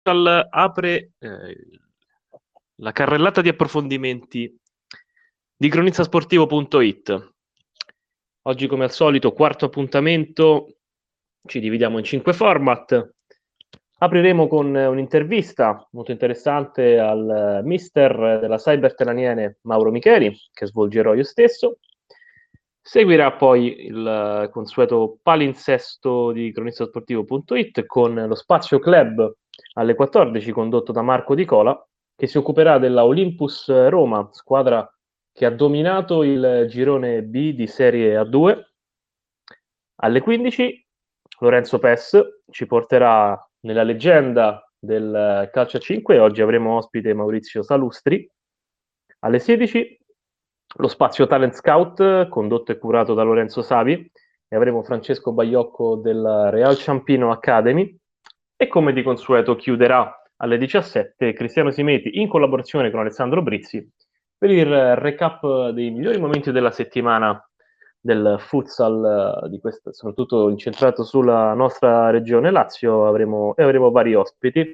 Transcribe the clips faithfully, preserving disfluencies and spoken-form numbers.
apre eh, la carrellata di approfondimenti di cronizzasportivo punto it. Oggi, come al solito, quarto appuntamento, ci dividiamo in cinque format. Apriremo con un'intervista molto interessante al mister della Cybertel Aniene Mauro Micheli, che svolgerò io stesso. Seguirà poi il consueto palinsesto di cronizzasportivo punto it con lo Spazio Club alle quattordici, condotto da Marco Di Cola, che si occuperà della Olympus Roma, squadra che ha dominato il girone B di Serie A due. Alle quindici Lorenzo Pes ci porterà nella leggenda del calcio a cinque. Oggi avremo ospite Maurizio Salustri. Alle sedici lo spazio Talent Scout, condotto e curato da Lorenzo Savi, e avremo Francesco Baiocco del Real Ciampino Academy. E come di consueto chiuderà alle diciassette Cristiano Simeti in collaborazione con Alessandro Brizzi per il recap dei migliori momenti della settimana del futsal, di questo, soprattutto incentrato sulla nostra regione Lazio. Avremo, e avremo vari ospiti.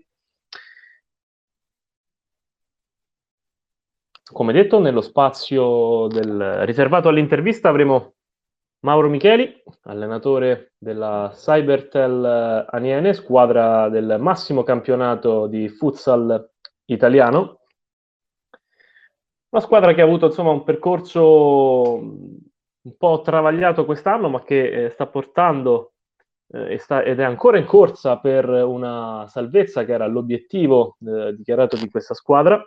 Come detto, nello spazio del, riservato all'intervista avremo Mauro Micheli, allenatore della Cybertel Aniene, squadra del massimo campionato di futsal italiano. Una squadra che ha avuto, insomma, un percorso un po' travagliato quest'anno, ma che eh, sta portando eh, e sta, ed è ancora in corsa per una salvezza, che era l'obiettivo eh, dichiarato di questa squadra.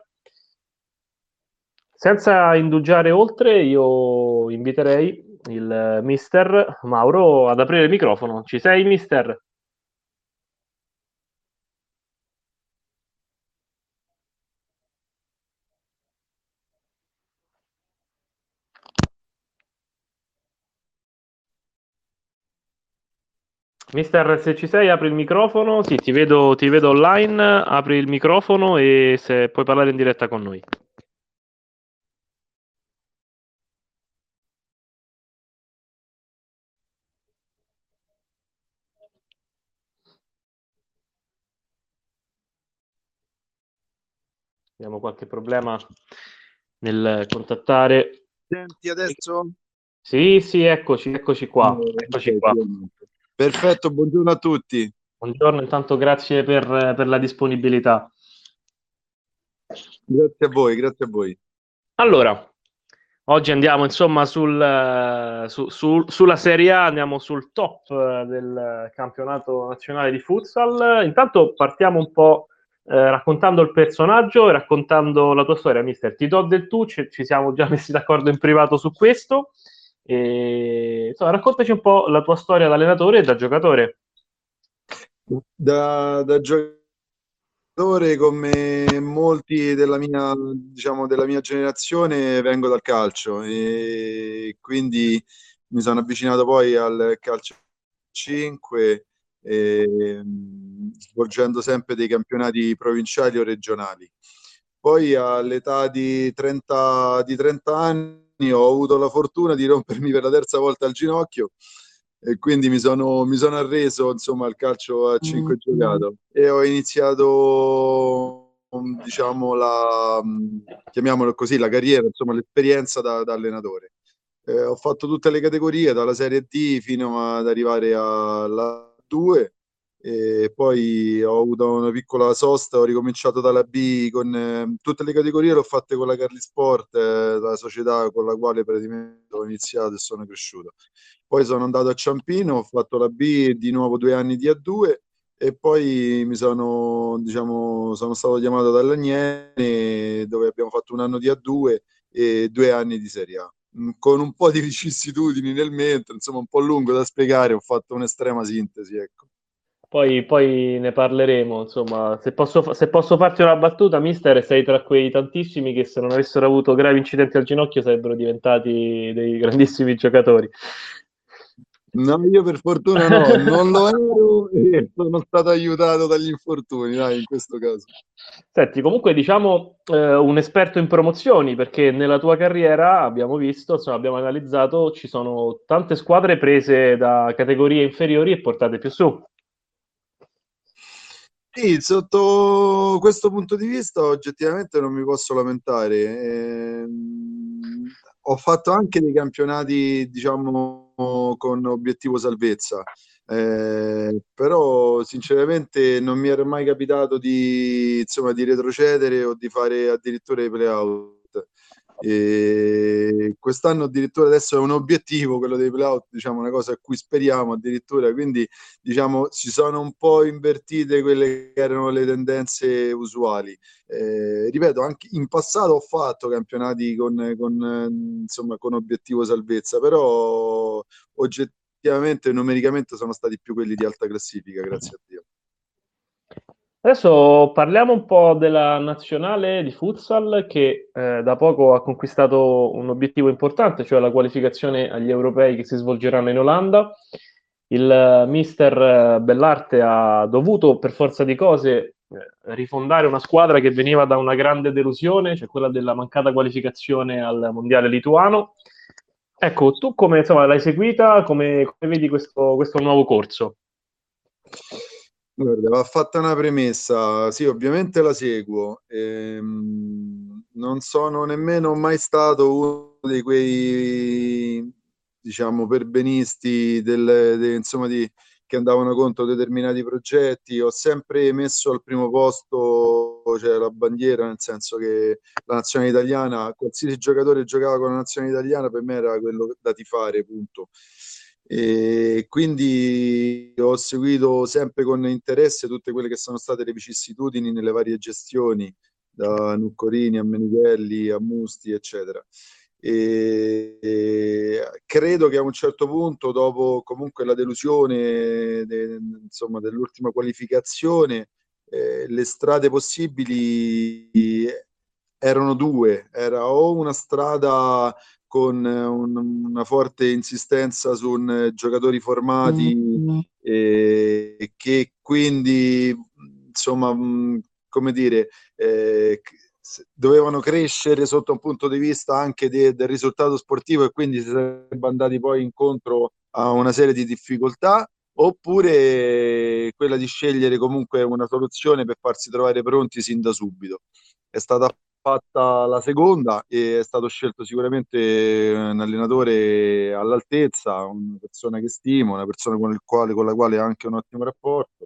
Senza indugiare oltre, io inviterei il mister Mauro ad aprire il microfono. Ci sei, mister? Mister, se ci sei, apri il microfono. Sì, ti vedo, ti vedo online. Apri il microfono e se puoi parlare in diretta con noi. Abbiamo qualche problema nel contattare. Senti adesso? Sì, sì, eccoci, eccoci qua. Eh, Eccoci ok, qua. perfetto, buongiorno a tutti. Buongiorno, intanto grazie per, per la disponibilità. Grazie a voi, grazie a voi. Allora, oggi andiamo insomma sul, su- su- sulla Serie A, andiamo sul top eh, del campionato nazionale di futsal. Intanto partiamo un po' eh, raccontando il personaggio e raccontando la tua storia, mister. Ti do del tu, ci, ci siamo già messi d'accordo in privato su questo. E, insomma, raccontaci un po' la tua storia da allenatore e da giocatore. Da, da giocatore, come molti della mia, diciamo, della mia generazione, vengo dal calcio e quindi mi sono avvicinato poi al calcio cinque, e, mh, svolgendo sempre dei campionati provinciali o regionali. Poi all'età di trenta, di trenta anni ho avuto la fortuna di rompermi per la terza volta il ginocchio e quindi mi sono, mi sono arreso, insomma, al calcio a cinque giocato e ho iniziato, diciamo, la, chiamiamolo così, la carriera, insomma, l'esperienza da, da allenatore. Eh, ho fatto tutte le categorie, dalla Serie D fino ad arrivare alla due, e poi ho avuto una piccola sosta, ho ricominciato dalla B con eh, tutte le categorie, le ho fatte con la Carli Sport, eh, la società con la quale praticamente ho iniziato e sono cresciuto. Poi sono andato a Ciampino, ho fatto la B, di nuovo due anni di A due e poi mi sono, diciamo, sono stato chiamato dall'Agnene dove abbiamo fatto un anno di A due e due anni di Serie A. Mm, con un po' di vicissitudini nel mentre, insomma un po' lungo da spiegare, ho fatto un'estrema sintesi, ecco. Poi, poi ne parleremo, insomma, se posso, se posso farti una battuta, mister, sei tra quei tantissimi che se non avessero avuto gravi incidenti al ginocchio sarebbero diventati dei grandissimi giocatori. No, io per fortuna no, non lo ero e sono stato aiutato dagli infortuni, dai, in questo caso. Senti, comunque diciamo eh, un esperto in promozioni, perché nella tua carriera abbiamo visto, insomma, abbiamo analizzato, ci sono tante squadre prese da categorie inferiori e portate più su. Sì, sotto questo punto di vista oggettivamente non mi posso lamentare. Ehm, ho fatto anche dei campionati, diciamo, con obiettivo salvezza. Eh, però sinceramente non mi era mai capitato di, insomma, di retrocedere o di fare addirittura i play-out. E quest'anno addirittura adesso è un obiettivo quello dei play-out, diciamo, una cosa a cui speriamo addirittura, quindi diciamo si sono un po' invertite quelle che erano le tendenze usuali. Eh, ripeto, anche in passato ho fatto campionati con, con, eh, insomma, con obiettivo salvezza, però oggettivamente numericamente sono stati più quelli di alta classifica, grazie a Dio. Adesso parliamo un po' della nazionale di futsal che eh, da poco ha conquistato un obiettivo importante, cioè la qualificazione agli europei che si svolgeranno in Olanda. Il eh, mister eh, Bellarte ha dovuto per forza di cose eh, rifondare una squadra che veniva da una grande delusione, cioè quella della mancata qualificazione al mondiale lituano. Ecco, tu come insomma, l'hai seguita, come, come vedi questo, questo nuovo corso? Guarda, va fatta una premessa, sì, ovviamente la seguo. Ehm, non sono nemmeno mai stato uno di quei, diciamo, perbenisti del, de- insomma, di, che andavano contro determinati progetti. Ho sempre messo al primo posto, cioè, la bandiera, nel senso che la nazionale italiana, qualsiasi giocatore giocava con la nazionale italiana, per me era quello da tifare, punto. E quindi ho seguito sempre con interesse tutte quelle che sono state le vicissitudini nelle varie gestioni, da Nuccorini a Menichelli a Musti, eccetera. E, e credo che a un certo punto, dopo comunque la delusione de- insomma, dell'ultima qualificazione, eh, le strade possibili erano due, era o una strada con un- una forte insistenza su un- giocatori formati e che quindi, insomma, mh, come dire, eh, c- dovevano crescere sotto un punto di vista anche de- del risultato sportivo e quindi si sarebbe andati poi incontro a una serie di difficoltà, oppure quella di scegliere comunque una soluzione per farsi trovare pronti sin da subito. È stata fatta la seconda e è stato scelto sicuramente un allenatore all'altezza, una persona che stimo, una persona con, il quale, con la quale ho anche un ottimo rapporto,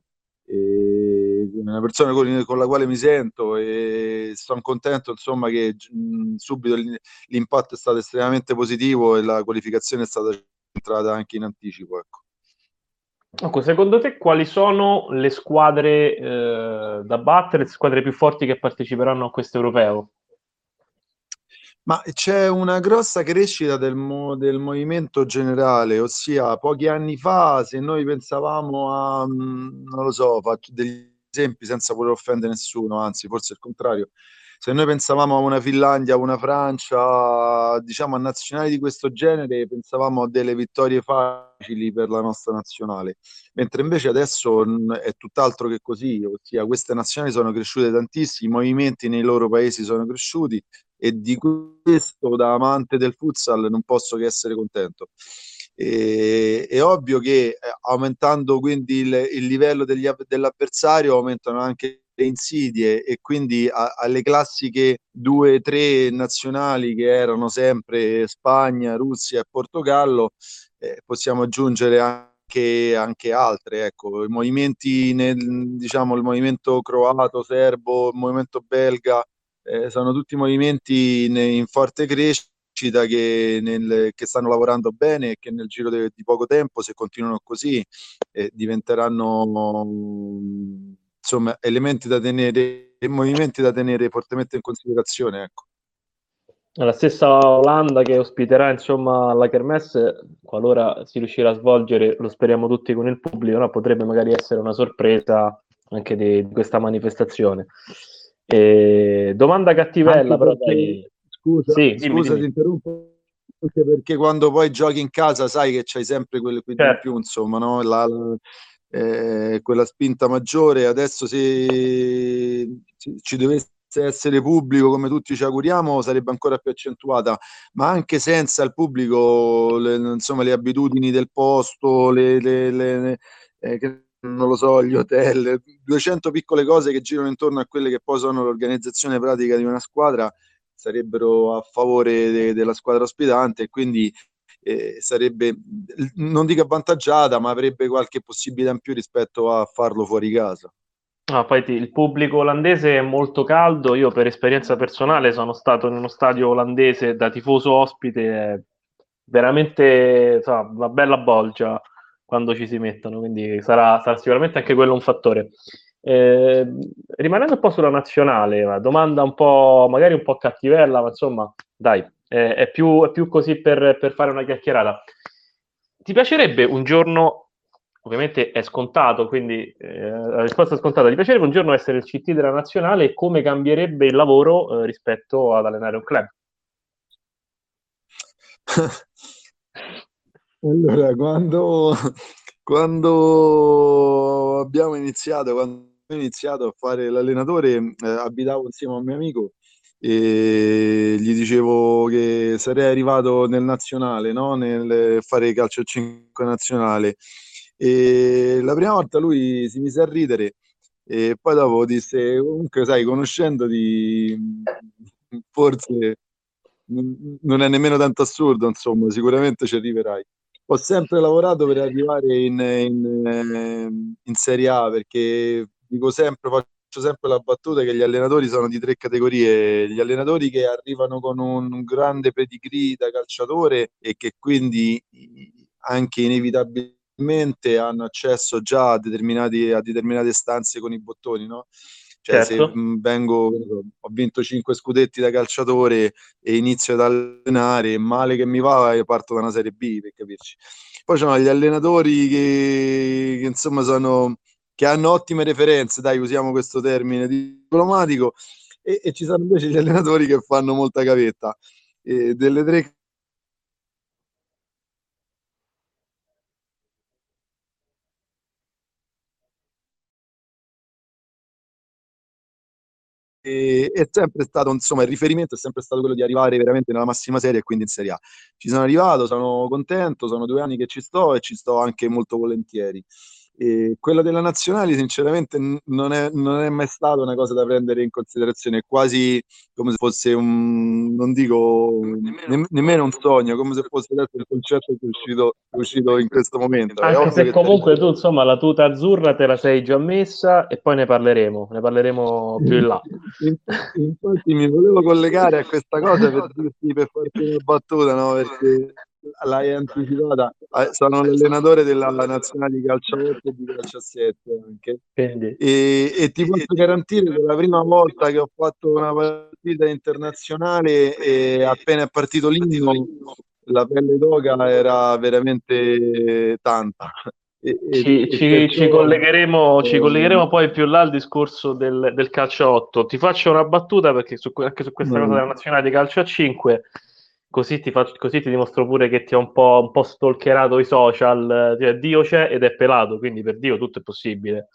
e una persona con, con la quale mi sento e sono contento insomma che mh, subito l'impatto è stato estremamente positivo e la qualificazione è stata entrata anche in anticipo, ecco. Ecco, secondo te quali sono le squadre eh, da battere, le squadre più forti che parteciperanno a questo europeo? Ma c'è una grossa crescita del, mo- del movimento generale, ossia pochi anni fa, se noi pensavamo a, mm, non lo so, faccio degli esempi senza voler offendere nessuno, anzi, forse il contrario. Se noi pensavamo a una Finlandia, a una Francia, diciamo a nazionali di questo genere, pensavamo a delle vittorie facili per la nostra nazionale, mentre invece adesso mm, è tutt'altro che così, ossia queste nazionali sono cresciute tantissimo, i movimenti nei loro paesi sono cresciuti e di questo da amante del futsal non posso che essere contento. E, è ovvio che eh, aumentando quindi il, il livello degli, dell'avversario aumentano anche le insidie e quindi a, alle classiche due o tre nazionali che erano sempre Spagna, Russia e Portogallo eh, possiamo aggiungere anche, anche altre. Ecco, i movimenti nel, diciamo, il movimento croato, serbo, il movimento belga eh, sono tutti movimenti in, in forte crescita che, nel, che stanno lavorando bene e che nel giro de, di poco tempo, se continuano così, eh, diventeranno insomma elementi da tenere e movimenti da tenere fortemente in considerazione. Ecco. La stessa Olanda che ospiterà insomma la Kermesse, qualora si riuscirà a svolgere, lo speriamo tutti con il pubblico, no? Potrebbe magari essere una sorpresa anche di, di questa manifestazione. E domanda cattivella, Anche però perché, dai. scusa, Sì, dimmi, scusa, ti dimmi. interrompo, anche perché quando poi giochi in casa sai che c'hai sempre quel quid in Certo. più, insomma, no? La, la- eh, quella spinta maggiore. Adesso se ci ci dovesse essere pubblico, come tutti ci auguriamo, sarebbe ancora più accentuata, ma anche senza il pubblico, le, insomma, le abitudini del posto, le, le- le- eh, che non lo so, gli hotel, duecento piccole cose che girano intorno a quelle che poi sono l'organizzazione pratica di una squadra, sarebbero a favore de- della squadra ospitante e quindi eh, sarebbe, non dico avvantaggiata, ma avrebbe qualche possibilità in più rispetto a farlo fuori casa. Ah, poi ti- il pubblico olandese è molto caldo. Io, per esperienza personale, sono stato in uno stadio olandese da tifoso ospite. È veramente, insomma, una bella bolgia quando ci si mettono, quindi sarà, sarà sicuramente anche quello un fattore. Eh, rimanendo un po' sulla nazionale, una domanda un po', magari un po' cattivella, ma insomma, dai, è, è più, è più così per, per fare una chiacchierata. Ti piacerebbe un giorno, ovviamente è scontato, quindi eh, la risposta è scontata, ti piacerebbe un giorno essere il C T della nazionale e come cambierebbe il lavoro eh, rispetto ad allenare un club? Allora, quando, quando abbiamo iniziato, quando ho iniziato a fare l'allenatore, eh, abitavo insieme a un mio amico e gli dicevo che sarei arrivato nel nazionale, no? Nel fare calcio a cinque nazionale. E la prima volta lui si mise a ridere e poi dopo disse, comunque, sai, conoscendoti, forse non non è nemmeno tanto assurdo, insomma, sicuramente ci arriverai. Ho sempre lavorato per arrivare in, in, ehm, in Serie A perché dico sempre, faccio sempre la battuta che gli allenatori sono di tre categorie: gli allenatori che arrivano con un grande pedigree da calciatore e che quindi anche inevitabilmente hanno accesso già a determinati, a determinate stanze con i bottoni, no? Cioè, se Certo, mh, vengo, che ne so, ho vinto cinque scudetti da calciatore e inizio ad allenare, male che mi va, e parto da una Serie B, per capirci. Poi c'è gli allenatori che, che, insomma sono, che hanno ottime referenze, dai, usiamo questo termine diplomatico, e, e ci sono invece gli allenatori che fanno molta gavetta. E delle tre e- è sempre stato, insomma, il riferimento è sempre stato quello di arrivare veramente nella massima serie e quindi in Serie A. Ci sono arrivato, sono contento, sono due anni che ci sto e ci sto anche molto volentieri. E quella della nazionale, sinceramente, n- non è, non è mai stata una cosa da prendere in considerazione, è quasi come se fosse un, non dico ne- nemmeno un sogno, come se fosse adesso il concetto che è uscito, è uscito in questo momento. È anche ovvio se che ti comunque tu, arriva. insomma, la tuta azzurra te la sei già messa e poi ne parleremo, ne parleremo più in là. Infatti, infatti mi volevo collegare a questa cosa per dirti, per farti una battuta, no? Perché l'hai anticipata. Eh, Sono l'allenatore della nazionale di calcio a otto e di calcio a sette anche. Quindi, E, e ti posso garantire che la prima volta che ho fatto una partita internazionale, e appena è partito l'inno, la pelle d'oca era veramente tanta. E, e- Ci, e ci- ci perciò collegheremo, ci eh, collegheremo poi più là al discorso del, del calcio a otto. Ti faccio una battuta perché su, anche su questa cosa della nazionale di calcio a cinque, così ti, faccio- così ti dimostro pure che ti ho un po', un po' stalkerato i social. Cioè, Dio c'è ed è pelato, quindi per Dio tutto è possibile.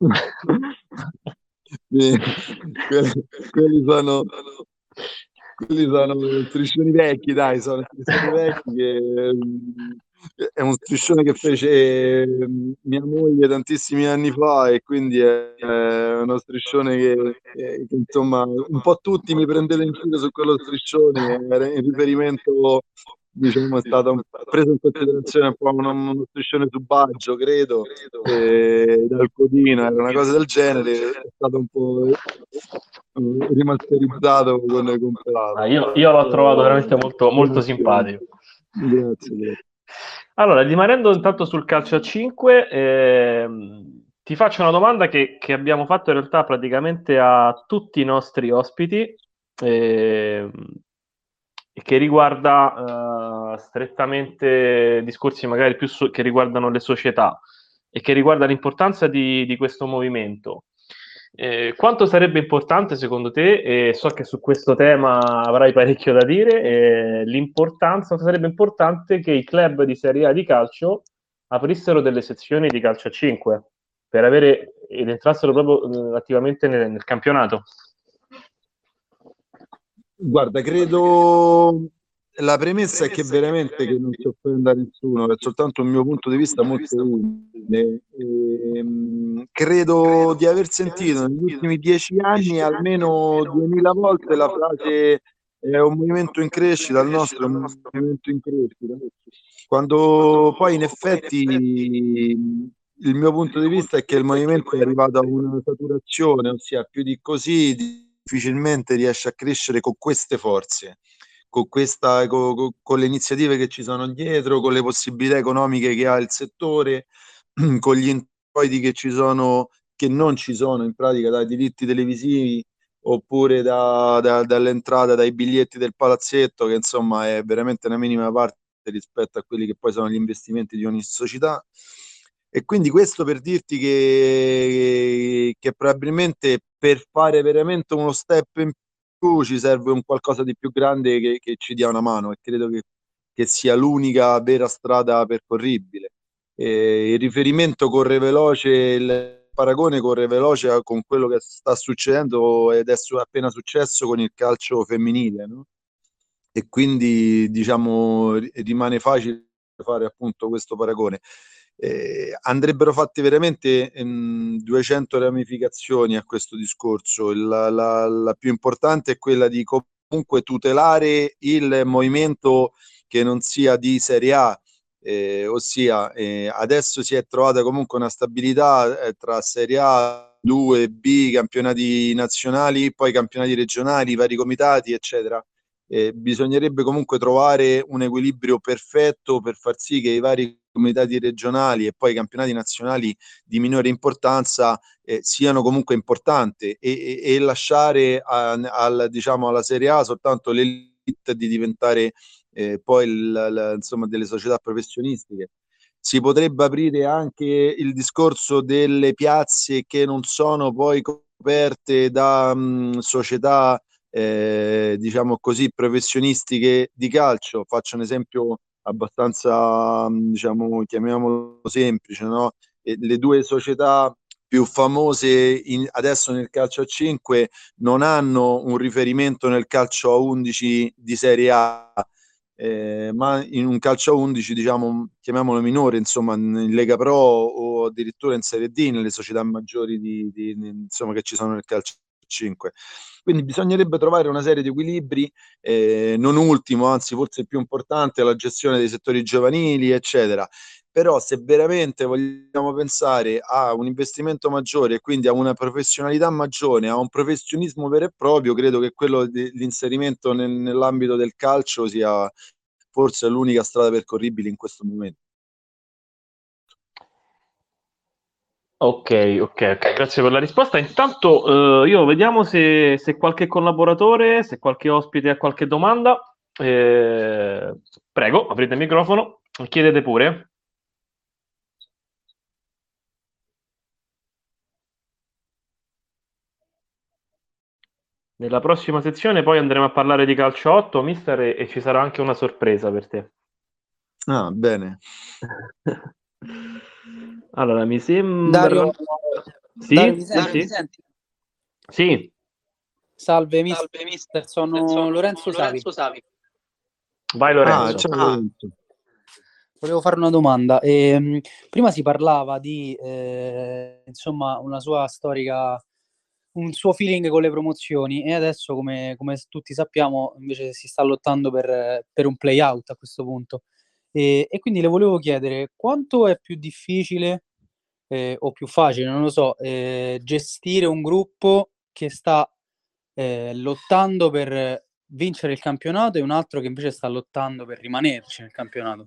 Sì, quelli, quelli sono, quelli sono striscioni vecchi, dai, sono striscioni vecchi che ehm, è un striscione che fece ehm, mia moglie tantissimi anni fa e quindi è, è uno striscione che, eh, che, insomma un po' tutti mi prendete in giro su quello striscione, era in riferimento, diciamo, è stato un- preso in considerazione un po' uno, uno striscione su Baggio, credo, eh, dal Codino, era una cosa del genere, è stato un po' eh, rimasterizzato con, con Ah, Pelato. io, io l'ho trovato Eh, veramente molto, molto Grazie, simpatico. grazie, grazie. Allora, rimanendo intanto sul calcio a cinque, ehm, ti faccio una domanda che, che abbiamo fatto in realtà praticamente a tutti i nostri ospiti, ehm, e che riguarda eh, strettamente discorsi magari più so- che riguardano le società e che riguarda l'importanza di, di questo movimento. Eh, quanto sarebbe importante secondo te, e so che su questo tema avrai parecchio da dire, eh, l'importanza, quanto sarebbe importante che i club di Serie A di calcio aprissero delle sezioni di calcio a cinque per avere ed entrassero proprio eh, attivamente nel, nel campionato? Guarda, credo. la premessa è che veramente che non si offenda nessuno, è soltanto un mio punto di vista molto umile. Ehm, credo di aver sentito negli ultimi dieci anni almeno duemila volte la frase è un movimento in crescita, il nostro è un movimento in crescita. Quando poi in effetti il mio punto di vista è che il movimento è arrivato a una saturazione, ossia più di così difficilmente riesce a crescere con queste forze, con questa, con, con- con le iniziative che ci sono dietro, con le possibilità economiche che ha il settore, con gli introiti che ci sono, che non ci sono in pratica dai diritti televisivi oppure da, da- dall'entrata, dai biglietti del palazzetto, che insomma è veramente una minima parte rispetto a quelli che poi sono gli investimenti di ogni società. E quindi questo per dirti che, che probabilmente per fare veramente uno step in più ci serve un qualcosa di più grande che, che ci dia una mano, e credo che, che sia l'unica vera strada percorribile. Eh, il riferimento corre veloce, il paragone corre veloce con quello che sta succedendo ed è su- appena successo con il calcio femminile, no? E quindi diciamo ri- rimane facile fare appunto questo paragone. Eh, andrebbero fatte veramente ehm, duecento ramificazioni a questo discorso. La, la- la più importante è quella di comunque tutelare il movimento che non sia di Serie A, eh, ossia eh, adesso si è trovata comunque una stabilità eh, tra Serie A, due, B, campionati nazionali, poi campionati regionali, vari comitati, eccetera. Eh, bisognerebbe comunque trovare un equilibrio perfetto per far sì che i vari comitati regionali e poi i campionati nazionali di minore importanza eh, siano comunque importanti e, e, e lasciare a, al, diciamo, alla Serie A soltanto l'elite di diventare eh, poi il, la, insomma, delle società professionistiche. Si potrebbe aprire anche il discorso delle piazze che non sono poi coperte da mh, società eh, diciamo così, professionistiche di calcio. Faccio un esempio abbastanza, diciamo, chiamiamolo semplice, no? E le due società più famose in, adesso nel calcio a cinque non hanno un riferimento nel calcio a undici di Serie A, eh, ma in un calcio a undici, diciamo, chiamiamolo minore, insomma, in Lega Pro o addirittura in Serie D, nelle società maggiori di, di, insomma, che ci sono nel calcio a cinque. Quindi bisognerebbe trovare una serie di equilibri, eh, non ultimo, anzi forse il più importante, la gestione dei settori giovanili, eccetera. Però se veramente vogliamo pensare a un investimento maggiore e quindi a una professionalità maggiore, a un professionismo vero e proprio, credo che quello dell'inserimento nel, nell'ambito del calcio sia forse l'unica strada percorribile in questo momento. Ok, ok, ok, grazie per la risposta. Intanto eh, io vediamo se, se qualche collaboratore, se qualche ospite ha qualche domanda. Eh, prego, aprite il microfono, chiedete pure. Nella prossima sezione poi andremo a parlare di calcio otto, mister, e, e ci sarà anche una sorpresa per te. Ah, bene. Allora, mi sembra... Dario, Dario, Sì, mi sì, senti? sì. Sì, Salve, mister, sono Lorenzo Savi. vai Ah, Lorenzo. ciao Lorenzo. Volevo fare una domanda. Ehm, prima si parlava di, eh, insomma, una sua storica, un suo feeling con le promozioni e adesso, come, come tutti sappiamo, invece si sta lottando per, per un play-out a questo punto. E, e quindi le volevo chiedere quanto è più difficile eh, o più facile, non lo so, eh, gestire un gruppo che sta eh, lottando per vincere il campionato e un altro che invece sta lottando per rimanerci nel campionato.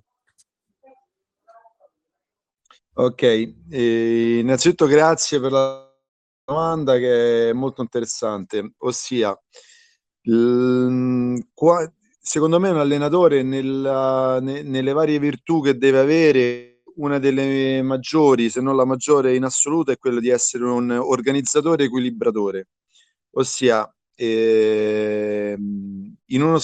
Ok, eh, innanzitutto grazie per la domanda che è molto interessante, ossia, l- qua- secondo me un allenatore nella- ne- nelle varie virtù che deve avere, una delle maggiori, se non la maggiore in assoluto, è quella di essere un organizzatore equilibratore, ossia ehm, in uno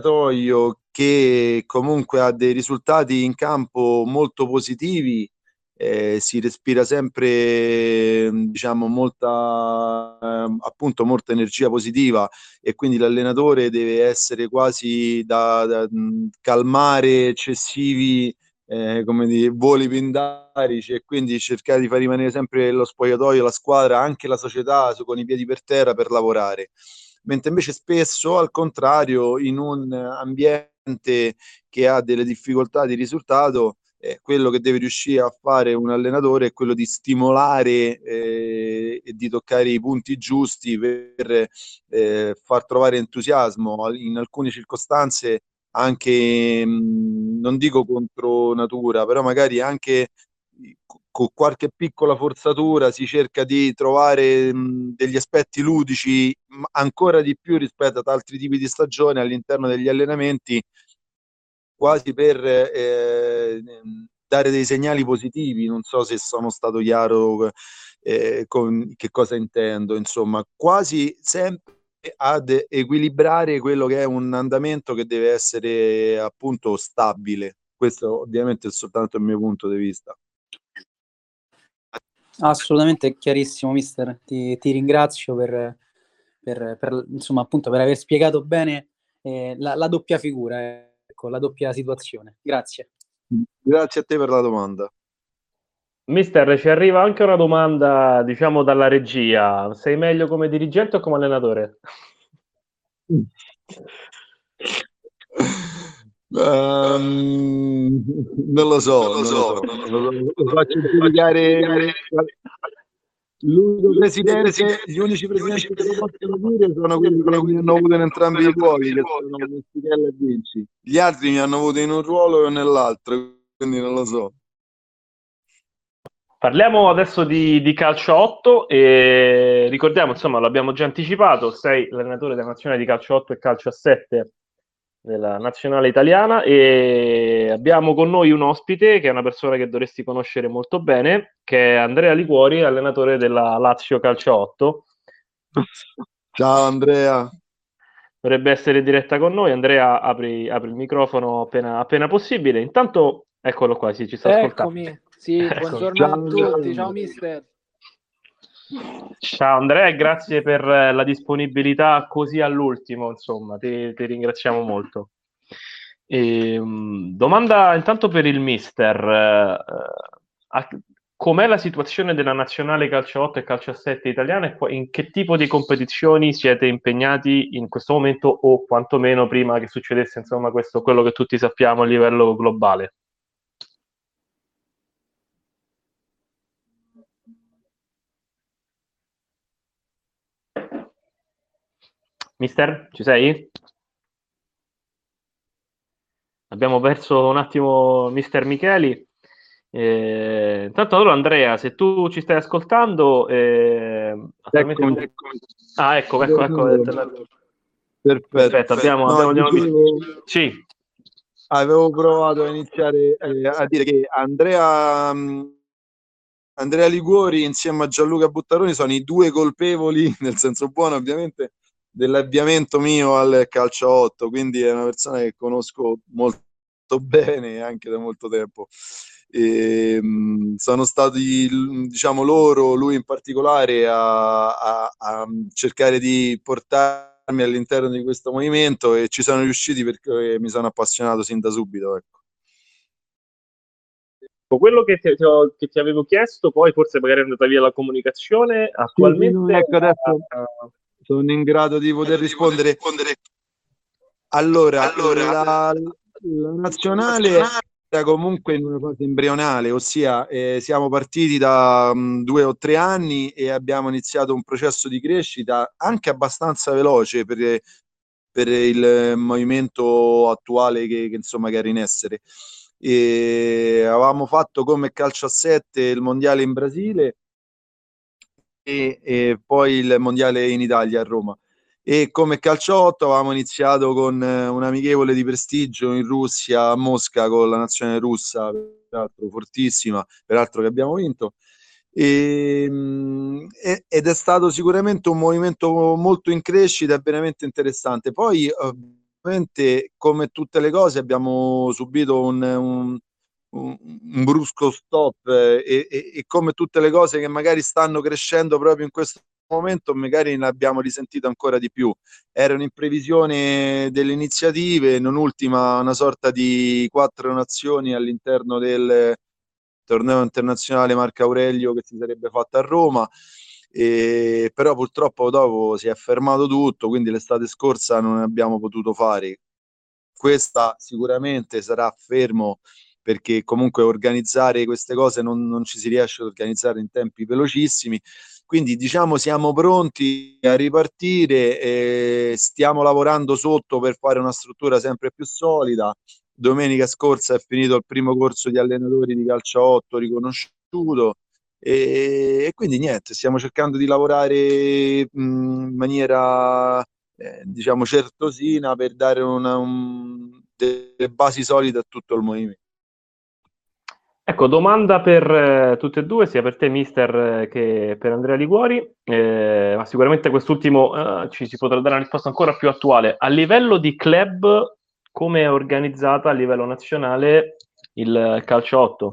spogliatoio che comunque ha dei risultati in campo molto positivi, eh, si respira sempre, diciamo, molta, eh, appunto, molta energia positiva, e quindi l'allenatore deve essere quasi da, da mh, calmare eccessivi, eh, come dire, voli pindarici, e quindi cercare di far rimanere sempre lo spogliatoio, la squadra, anche la società su, con i piedi per terra per lavorare. Mentre invece spesso, al contrario, in un ambiente che ha delle difficoltà di risultato, eh, quello che deve riuscire a fare un allenatore è quello di stimolare eh, e di toccare i punti giusti per eh, far trovare entusiasmo, in alcune circostanze anche, mh, non dico contro natura, però magari anche con qualche piccola forzatura si cerca di trovare mh, degli aspetti ludici, mh, ancora di più rispetto ad altri tipi di stagione all'interno degli allenamenti, quasi per eh, dare dei segnali positivi. Non so se sono stato chiaro eh, con che cosa intendo, insomma, quasi sempre ad equilibrare quello che è un andamento che deve essere appunto stabile. Questo ovviamente è soltanto il mio punto di vista. Assolutamente chiarissimo, mister. Ti, ti ringrazio per, per, per, insomma, appunto, per aver spiegato bene eh, la, la doppia figura, ecco, la doppia situazione. Grazie. Grazie a te per la domanda. Mister, ci arriva anche una domanda, diciamo, dalla regia. Sei meglio come dirigente o come allenatore? Um, non lo so, non lo so. Lo, lo faccio giudicare l'unico presidente, gli unici presidenti che lo possono dire sono quelli che mi hanno avuto in entrambi i ruoli, che sono Mestichella e Vinci. Gli altri mi hanno avuto in un ruolo e nell'altro, quindi non lo so. Parliamo adesso di, di calcio otto e ricordiamo, insomma, l'abbiamo già anticipato, sei l'allenatore della nazionale di calcio otto e calcio a sette della nazionale italiana, e abbiamo con noi un ospite che è una persona che dovresti conoscere molto bene, che è Andrea Liguori, allenatore della Lazio Calcio otto. Ciao Andrea. Dovrebbe essere in diretta con noi. Andrea, apri, apri il microfono appena, appena possibile. Intanto, eccolo qua, sì, ci sta ascoltando. Eccomi, sì, buongiorno Ciao, a tutti, ciao mister. Ciao Andrea, e grazie per la disponibilità così all'ultimo, insomma, ti, ti ringraziamo molto. E, um, domanda intanto per il mister, uh, com'è la situazione della nazionale calcio otto e calcio a sette italiana, e in che tipo di competizioni siete impegnati in questo momento, o quantomeno prima che succedesse, insomma, questo, quello che tutti sappiamo a livello globale? Mister, ci sei? Abbiamo perso un attimo mister Micheli. Eh, intanto allora Andrea, se tu ci stai ascoltando, eh, attualmente eccomi, tu... eccomi. Ah, ecco, ecco, ecco. Perfetto, Perfetto, abbiamo, no, abbiamo, abbiamo... dicevo, Sì. avevo provato a iniziare eh, a dire che Andrea, mh, Andrea Liguori insieme a Gianluca Buttaroni sono i due colpevoli, nel senso buono ovviamente, dell'avviamento mio al calcio otto, quindi è una persona che conosco molto bene anche da molto tempo. E, mh, sono stati, diciamo, loro, lui in particolare, a, a, a cercare di portarmi all'interno di questo movimento, e ci sono riusciti perché mi sono appassionato sin da subito, ecco. Quello che ti, che ti avevo chiesto, poi forse magari è andata via la comunicazione, attualmente... Sì, sì, ecco, adesso sono in grado di poter rispondere. Allora, allora la, la nazionale era comunque in una fase embrionale, ossia eh, siamo partiti da um, due o tre anni e abbiamo iniziato un processo di crescita anche abbastanza veloce per, per il movimento attuale che, che, insomma, che era in essere. E avevamo fatto come calcio a sette il mondiale in Brasile e, e poi il mondiale in Italia a Roma. E come calcio otto avevamo iniziato con eh, un amichevole di prestigio in Russia, a Mosca, con la nazionale russa, peraltro fortissima, peraltro che abbiamo vinto. E, e, ed è stato sicuramente un movimento molto in crescita e veramente interessante. Poi ovviamente, come tutte le cose, abbiamo subito un, un, un, un brusco stop eh, e, e, e come tutte le cose che magari stanno crescendo proprio in questo momento, magari ne abbiamo risentito ancora di più. Erano in previsione delle iniziative, non ultima una sorta di quattro nazioni all'interno del torneo internazionale Marco Aurelio che si sarebbe fatto a Roma. E, però purtroppo dopo si è fermato tutto, quindi l'estate scorsa non ne abbiamo potuto fare. Questa sicuramente sarà fermo perché comunque organizzare queste cose non, non ci si riesce ad organizzare in tempi velocissimi. Quindi diciamo siamo pronti a ripartire, e stiamo lavorando sotto per fare una struttura sempre più solida. Domenica scorsa è finito il primo corso di allenatori di calcio a otto riconosciuto e, e quindi niente, stiamo cercando di lavorare mh, in maniera eh, diciamo certosina per dare una, un, delle basi solide a tutto il movimento. Ecco, domanda per eh, tutte e due, sia per te mister eh, che per Andrea Liguori, eh, ma sicuramente quest'ultimo eh, ci si potrà dare una risposta ancora più attuale. A livello di club, come è organizzata a livello nazionale il calcio otto?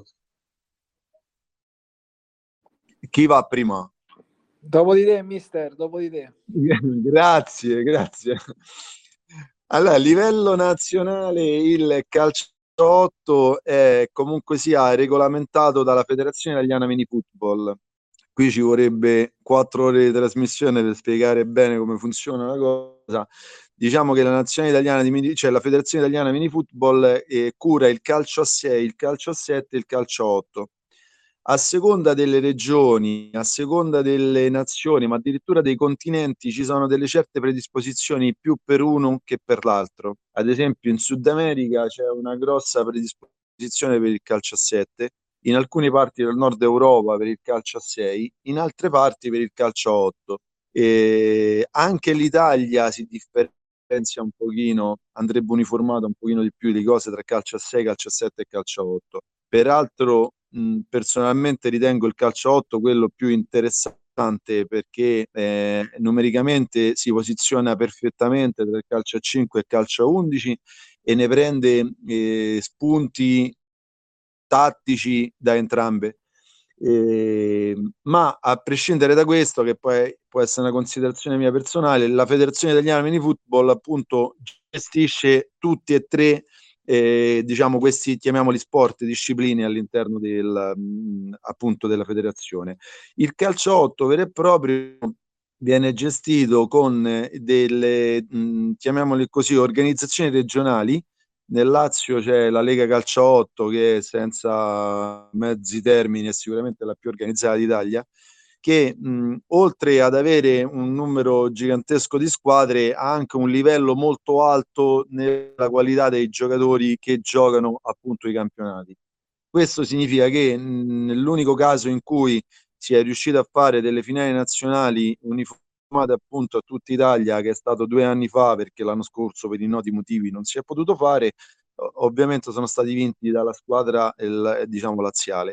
Chi va prima? Dopo di te, mister, dopo di te. Grazie, grazie. Allora, a livello nazionale il calcio otto è comunque sia regolamentato dalla Federazione Italiana Mini Football. Qui ci vorrebbe quattro ore di trasmissione per spiegare bene come funziona la cosa. Diciamo che la nazionale italiana di mini, cioè la Federazione Italiana Mini Football eh, cura il calcio a sei, il calcio a sette e il calcio a otto. A seconda delle regioni, a seconda delle nazioni, ma addirittura dei continenti, ci sono delle certe predisposizioni più per uno che per l'altro. Ad esempio, in Sud America c'è una grossa predisposizione per il calcio a sette, in alcune parti del nord Europa per il calcio a sei, in altre parti per il calcio a otto. E anche l'Italia si differenzia un pochino, andrebbe uniformata un pochino di più di cose tra calcio a sei, calcio a sette e calcio a otto. Peraltro, mh, personalmente ritengo il calcio a otto quello più interessante perché eh, numericamente si posiziona perfettamente tra il calcio a cinque e il calcio a undici e ne prende eh, spunti tattici da entrambe. Eh, ma a prescindere da questo, che poi può essere una considerazione mia personale, la Federazione Italiana Mini Football appunto gestisce tutti e tre eh, diciamo questi, chiamiamoli sport, discipline all'interno del, mh, appunto della federazione. Il calcio otto vero e proprio viene gestito con delle, mh, chiamiamole così, organizzazioni regionali. Nel Lazio c'è la Lega Calcio otto che senza mezzi termini è sicuramente la più organizzata d'Italia, che mh, oltre ad avere un numero gigantesco di squadre ha anche un livello molto alto nella qualità dei giocatori che giocano appunto i campionati. Questo significa che mh, nell'unico caso in cui si è riuscito a fare delle finali nazionali uniformate appunto a tutta Italia, che è stato due anni fa perché l'anno scorso per i noti motivi non si è potuto fare, ovviamente sono stati vinti dalla squadra il, diciamo laziale.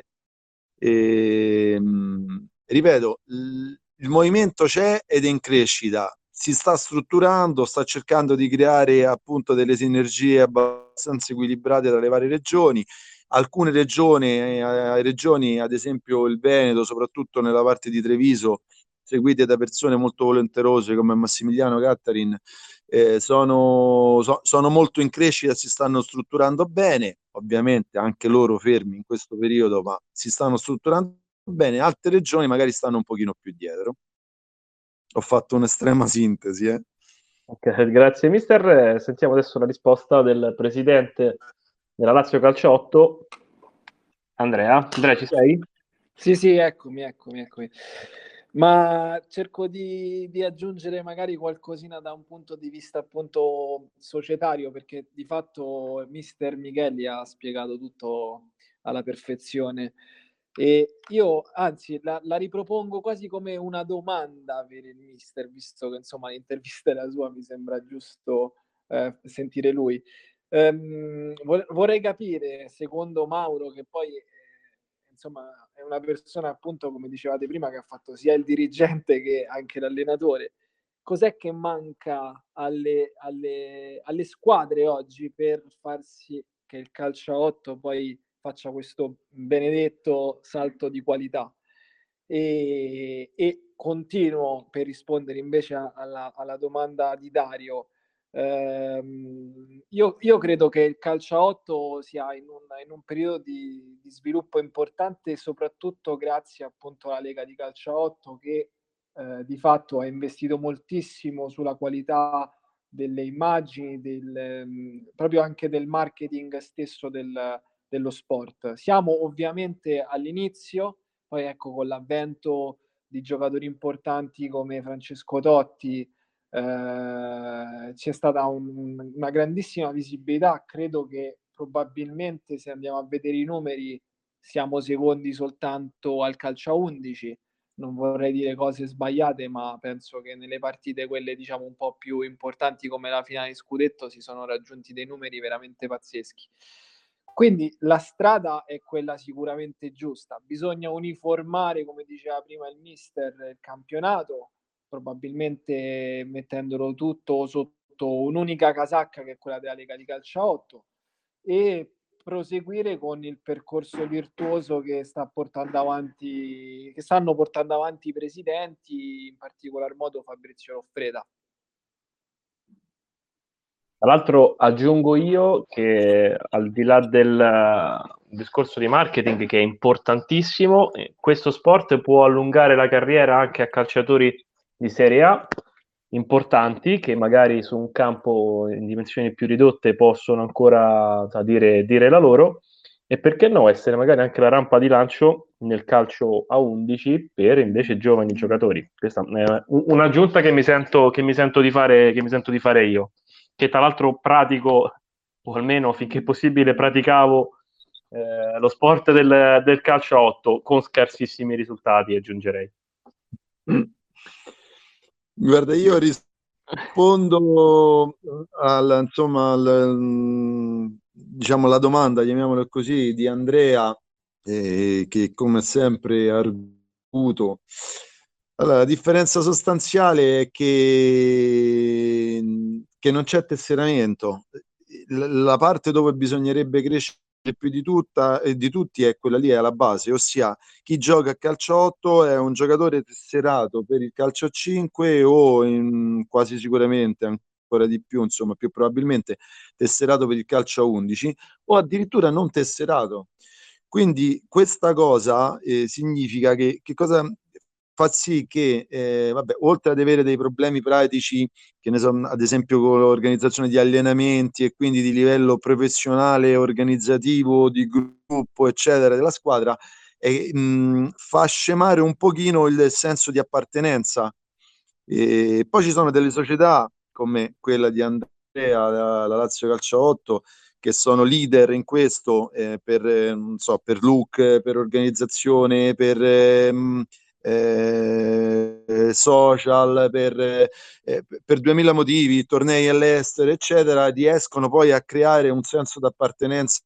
E, mh, ripeto, il, il movimento c'è ed è in crescita, si sta strutturando, sta cercando di creare appunto delle sinergie abbastanza equilibrate tra le varie regioni. Alcune regioni, eh, regioni, ad esempio il Veneto, soprattutto nella parte di Treviso, seguite da persone molto volenterose come Massimiliano Cattarin, eh, sono, so, sono molto in crescita, si stanno strutturando bene, ovviamente anche loro fermi in questo periodo, ma si stanno strutturando bene. Altre regioni magari stanno un pochino più dietro. Ho fatto un'estrema sintesi, eh. Okay, grazie mister. Eh, Sentiamo adesso la risposta del presidente della Lazio Calcio otto, Andrea. Andrea, ci sei? Sì, sì, eccomi, eccomi, eccomi. Ma cerco di, di aggiungere magari qualcosina da un punto di vista appunto societario, perché di fatto mister Michelli ha spiegato tutto alla perfezione. E io, anzi, la, la ripropongo quasi come una domanda per il mister, visto che insomma l'intervista è la sua, mi sembra giusto eh, sentire lui. Ehm, vor- vorrei capire, secondo Mauro, che poi eh, insomma è una persona appunto, come dicevate prima, che ha fatto sia il dirigente che anche l'allenatore, cos'è che manca alle, alle, alle squadre oggi per far sì che il calcio a otto poi faccia questo benedetto salto di qualità. E, e continuo per rispondere invece a, alla, alla domanda di Dario. Ehm, io, io credo che il calcio a otto sia in un, in un periodo di, di sviluppo importante, soprattutto grazie appunto alla Lega di Calcio a otto che eh, di fatto ha investito moltissimo sulla qualità delle immagini, del, mh, proprio anche del marketing stesso del, dello sport. Siamo ovviamente all'inizio, poi ecco con l'avvento di giocatori importanti come Francesco Totti eh, c'è stata un, una grandissima visibilità. Credo che probabilmente, se andiamo a vedere i numeri, siamo secondi soltanto al calcio a undici. Non vorrei dire cose sbagliate, ma penso che nelle partite quelle diciamo un po' più importanti come la finale di scudetto si sono raggiunti dei numeri veramente pazzeschi. Quindi la strada è quella sicuramente giusta. Bisogna uniformare, come diceva prima il mister, il campionato, probabilmente mettendolo tutto sotto un'unica casacca che è quella della Lega di Calcio a otto, e proseguire con il percorso virtuoso che sta portando avanti, che stanno portando avanti i presidenti, in particolar modo Fabrizio Loffreda. Tra l'altro aggiungo io che al di là del discorso di marketing, che è importantissimo, questo sport può allungare la carriera anche a calciatori di Serie A importanti che magari su un campo in dimensioni più ridotte possono ancora sa, dire, dire la loro, e perché no essere magari anche la rampa di lancio nel calcio a undici per invece giovani giocatori. Questa è un'aggiunta che mi sento, che mi sento di fare, che mi sento di fare io, che tra l'altro pratico, o almeno finché possibile praticavo eh, lo sport del, del calcio a otto con scarsissimi risultati, aggiungerei. Guarda, io rispondo alla, insomma, al, diciamo, la domanda, chiamiamola così, di Andrea, eh, che come sempre ha arguto. Allora, la differenza sostanziale è che, che non c'è tesseramento. La, la parte dove bisognerebbe crescere più di tutta e di tutti è quella lì, è la base, ossia chi gioca a calcio a otto è un giocatore tesserato per il calcio a cinque o in, quasi sicuramente ancora di più, insomma più probabilmente tesserato per il calcio a undici o addirittura non tesserato. Quindi questa cosa eh, significa che, che cosa fa sì che, eh, vabbè, oltre ad avere dei problemi pratici, che ne so, ad esempio con l'organizzazione di allenamenti e quindi di livello professionale, organizzativo, di gruppo, eccetera, della squadra, eh, mh, fa scemare un pochino il senso di appartenenza. E poi ci sono delle società come quella di Andrea, la, la Lazio Calcio otto, che sono leader in questo eh, per, eh, non so, per look, per organizzazione, per eh, eh, social, per, eh, per duemila motivi, tornei all'estero, eccetera, riescono poi a creare un senso d'appartenenza.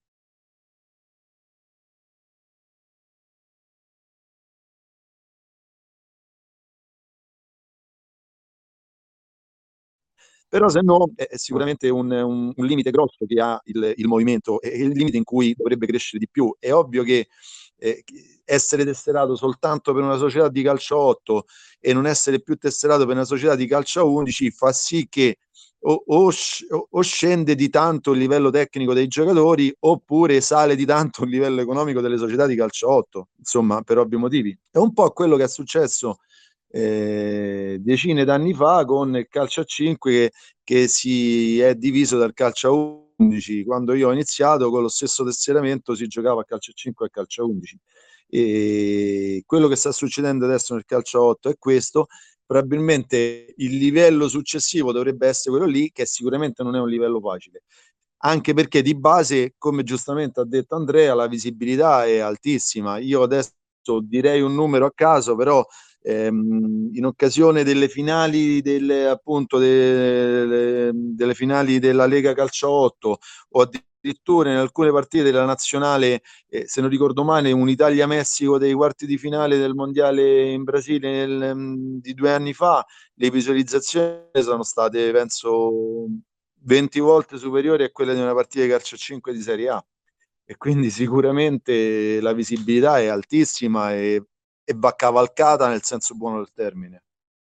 Però se no è sicuramente un, un, un limite grosso che ha il, il movimento, e il limite in cui dovrebbe crescere di più. È ovvio che eh, essere tesserato soltanto per una società di calcio a otto e non essere più tesserato per una società di calcio a undici fa sì che o, o, o scende di tanto il livello tecnico dei giocatori oppure sale di tanto il livello economico delle società di calcio a otto, insomma, per ovvi motivi. È un po' quello che è successo Eh, decine d'anni fa con il calcio a cinque che, che si è diviso dal calcio a undici. Quando io ho iniziato con lo stesso tesseramento si giocava a calcio a cinque e a calcio a undici, e quello che sta succedendo adesso nel calcio a otto è questo. Probabilmente il livello successivo dovrebbe essere quello lì, che sicuramente non è un livello facile, anche perché di base, come giustamente ha detto Andrea, la visibilità è altissima. Io adesso direi un numero a caso, però ehm, in occasione delle finali delle, appunto delle, delle finali della Lega Calcio otto o addirittura in alcune partite della nazionale, eh, se non ricordo male, un Italia-Messico dei quarti di finale del mondiale in Brasile nel, di due anni fa, le visualizzazioni sono state, penso, venti volte superiori a quelle di una partita di calcio a cinque di Serie A. e quindi sicuramente la visibilità è altissima e, e va cavalcata nel senso buono del termine.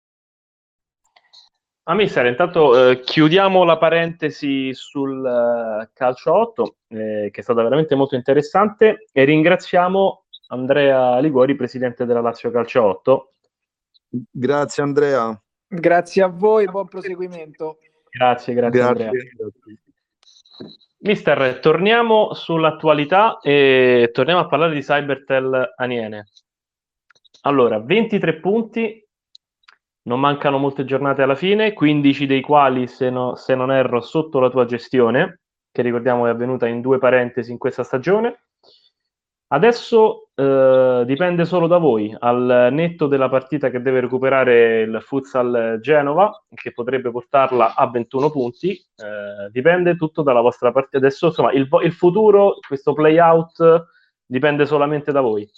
A mister, intanto eh, chiudiamo la parentesi sul eh, calcio otto, eh, che è stata veramente molto interessante, e ringraziamo Andrea Liguori, presidente della Lazio Calcio otto. Grazie Andrea. Grazie a voi, buon proseguimento. Grazie, grazie, Grazie. Andrea. Mister, torniamo sull'attualità e torniamo a parlare di Cybertel Aniene. Allora, ventitré punti, non mancano molte giornate alla fine, quindici dei quali, se, no, se non erro, sotto la tua gestione, che ricordiamo è avvenuta in due parentesi in questa stagione. Adesso eh, dipende solo da voi, al netto della partita che deve recuperare il Futsal Genova, che potrebbe portarla a ventuno punti, eh, dipende tutto dalla vostra partita. Adesso, insomma, il, il futuro, questo play-out, dipende solamente da voi.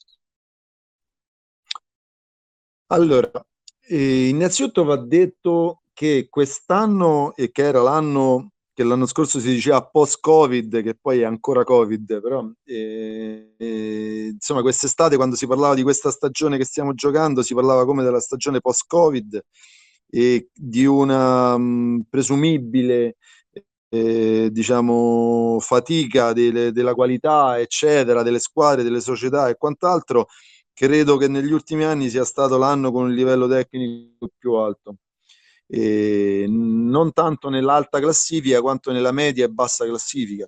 Allora, eh, innanzitutto va detto che quest'anno, e che era l'anno che l'anno scorso si diceva post-Covid, che poi è ancora Covid, però eh, eh, insomma quest'estate quando si parlava di questa stagione che stiamo giocando si parlava come della stagione post-Covid e di una mh, presumibile eh, diciamo fatica delle, della qualità eccetera, delle squadre, delle società e quant'altro. Credo che negli ultimi anni sia stato l'anno con il livello tecnico più alto. E non tanto nell'alta classifica quanto nella media e bassa classifica.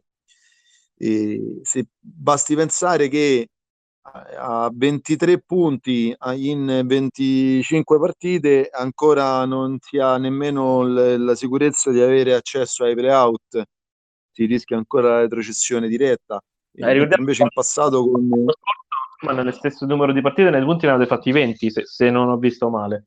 E se basti pensare che a ventitré punti in venticinque partite ancora non si ha nemmeno la sicurezza di avere accesso ai playout, si rischia ancora la retrocessione diretta, Eh, mentre ricordiamo invece in passato con... ma nello stesso numero di partite nei punti ne avete fatti venti, se, se non ho visto male.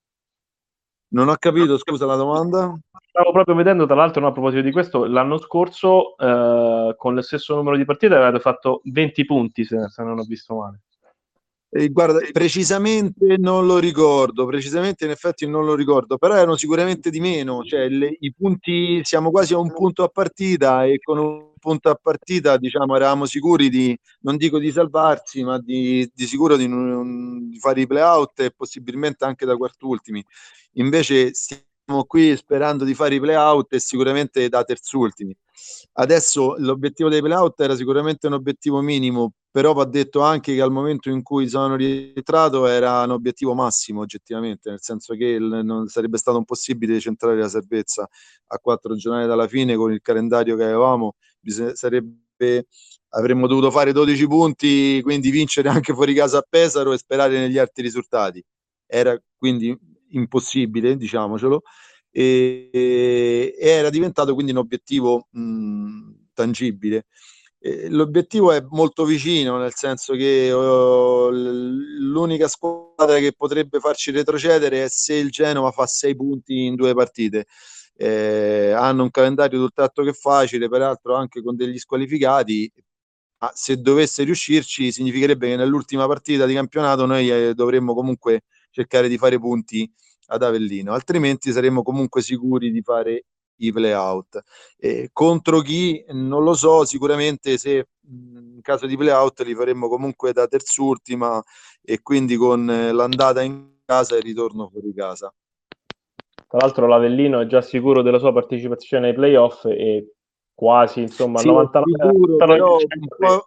Non ho capito, scusa la domanda. Stavo proprio vedendo, tra l'altro, no, a proposito di questo, l'anno scorso eh, con lo stesso numero di partite avete fatto venti punti, se, se non ho visto male. Eh, guarda, precisamente non lo ricordo, precisamente in effetti non lo ricordo, però erano sicuramente di meno, cioè le, i punti, siamo quasi a un punto a partita e con un punto a partita diciamo eravamo sicuri di, non dico di salvarsi, ma di, di sicuro di, non, di fare i play-out e possibilmente anche da quartultimi. Invece stiamo qui sperando di fare i play-out e sicuramente da terzultimi. Adesso l'obiettivo dei play-out era sicuramente un obiettivo minimo, però va detto anche che al momento in cui sono rientrato era un obiettivo massimo oggettivamente, nel senso che il, non sarebbe stato impossibile centrare la salvezza a quattro giornate dalla fine con il calendario che avevamo, bisog- sarebbe, avremmo dovuto fare dodici punti, quindi vincere anche fuori casa a Pesaro e sperare negli altri risultati. Era quindi impossibile, diciamocelo. E, e era diventato quindi un obiettivo mh, tangibile. E l'obiettivo è molto vicino, nel senso che uh, l'unica squadra che potrebbe farci retrocedere è se il Genova fa sei punti in due partite. Eh, hanno un calendario tutt'altro che facile, peraltro anche con degli squalificati. Ma se dovesse riuscirci, significherebbe che nell'ultima partita di campionato noi eh, dovremmo comunque cercare di fare punti ad Avellino, altrimenti saremmo comunque sicuri di fare i play-out. Eh, contro chi? Non lo so, sicuramente se in caso di play-out li faremmo comunque da terzultima e quindi con eh, l'andata in casa e il ritorno fuori casa. Tra l'altro l'Avellino è già sicuro della sua partecipazione ai playoff e quasi, insomma, Sì, il è sicuro, però un po',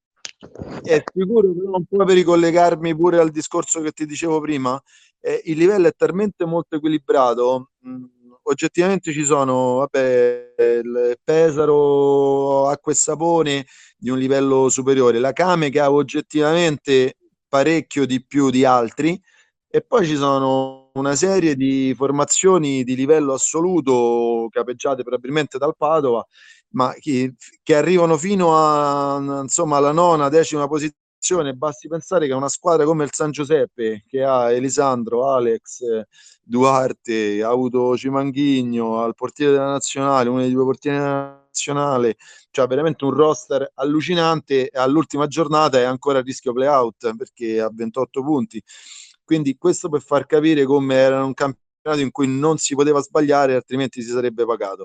è sicuro, però un po' per ricollegarmi pure al discorso che ti dicevo prima, eh, il livello è talmente molto equilibrato, mh, oggettivamente ci sono, vabbè, il Pesaro, Acqua e Sapone di un livello superiore, la Came che ha oggettivamente parecchio di più di altri, e poi ci sono una serie di formazioni di livello assoluto capeggiate probabilmente dal Padova, ma che, che arrivano fino a, insomma, alla nona, decima posizione. Basti pensare che una squadra come il San Giuseppe, che ha Elisandro, Alex, Duarte, ha avuto Cimanghigno, al portiere della nazionale, uno dei due portieri della nazionale, cioè veramente un roster allucinante, e all'ultima giornata è ancora a rischio play-out perché ha ventotto punti. Quindi questo per far capire come era un campionato in cui non si poteva sbagliare, altrimenti si sarebbe pagato.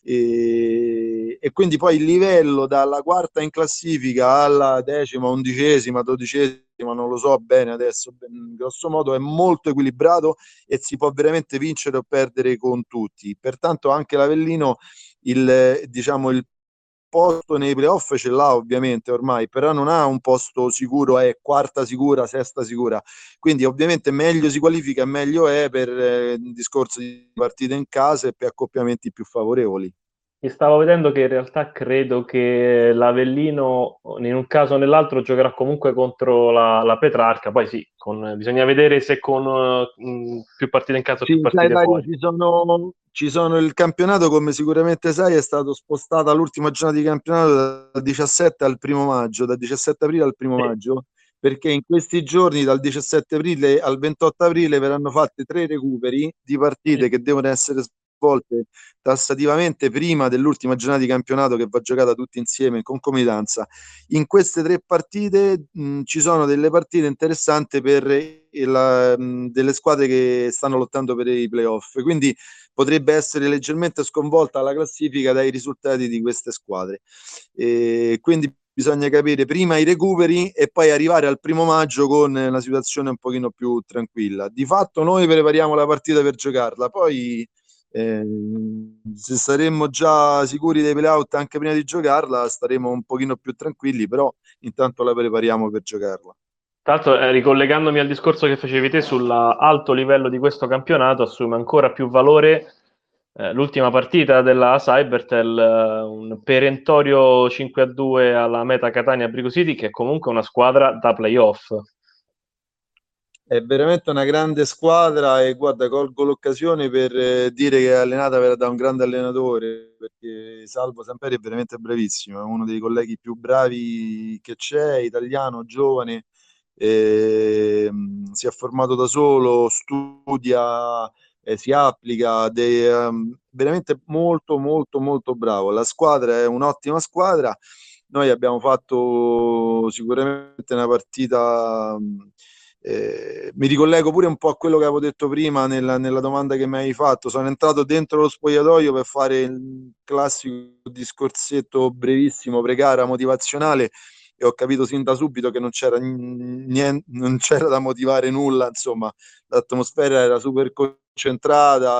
e, e quindi poi il livello dalla quarta in classifica alla decima, undicesima, dodicesima, non lo so bene adesso, in grosso modo è molto equilibrato e si può veramente vincere o perdere con tutti. Pertanto anche l'Avellino, il, diciamo, il posto nei playoff ce l'ha ovviamente ormai, però non ha un posto sicuro, è quarta sicura, sesta sicura, quindi ovviamente meglio si qualifica e meglio è per eh, il discorso di partite in casa e per accoppiamenti più favorevoli. E stavo vedendo che in realtà credo che l'Avellino in un caso o nell'altro giocherà comunque contro la, la Petrarca, poi sì, con, bisogna vedere se con uh, più partite in casa o più Sì, sai partite Dario, fuori. ci sono, ci sono il campionato, come sicuramente sai, è stato spostato all'ultima giornata di campionato dal diciassette al primo maggio, dal diciassette aprile al primo Sì. maggio, perché in questi giorni, dal diciassette aprile al ventotto aprile, verranno fatti tre recuperi di partite che devono essere svolte tassativamente prima dell'ultima giornata di campionato che va giocata tutti insieme in concomitanza. In queste tre partite mh, ci sono delle partite interessanti per il, mh, delle squadre che stanno lottando per i playoff, quindi potrebbe essere leggermente sconvolta la classifica dai risultati di queste squadre. E quindi bisogna capire prima i recuperi e poi arrivare al primo maggio con una situazione un pochino più tranquilla. Di fatto noi prepariamo la partita per giocarla, poi eh, se saremmo già sicuri dei playout anche prima di giocarla staremo un pochino più tranquilli, però intanto la prepariamo per giocarla. Tra l'altro, eh, ricollegandomi al discorso che facevi te sull'alto livello di questo campionato, assume ancora più valore eh, l'ultima partita della Cybertel, eh, un perentorio cinque a due alla Meta Catania Brico City, che è comunque una squadra da playoff. È veramente una grande squadra e guarda, colgo l'occasione per eh, dire che è allenata da un grande allenatore, perché Salvo Samperi è veramente bravissimo, è uno dei colleghi più bravi che c'è, italiano, giovane, eh, si è formato da solo, studia, eh, si applica, de, um, veramente molto molto molto bravo. La squadra è un'ottima squadra, noi abbiamo fatto sicuramente una partita. Eh, mi ricollego pure un po' a quello che avevo detto prima nella, nella domanda che mi hai fatto. Sono entrato dentro lo spogliatoio per fare il classico discorsetto brevissimo, pre-gara motivazionale, e ho capito sin da subito che non c'era niente, non c'era da motivare nulla. Insomma, l'atmosfera era super concentrata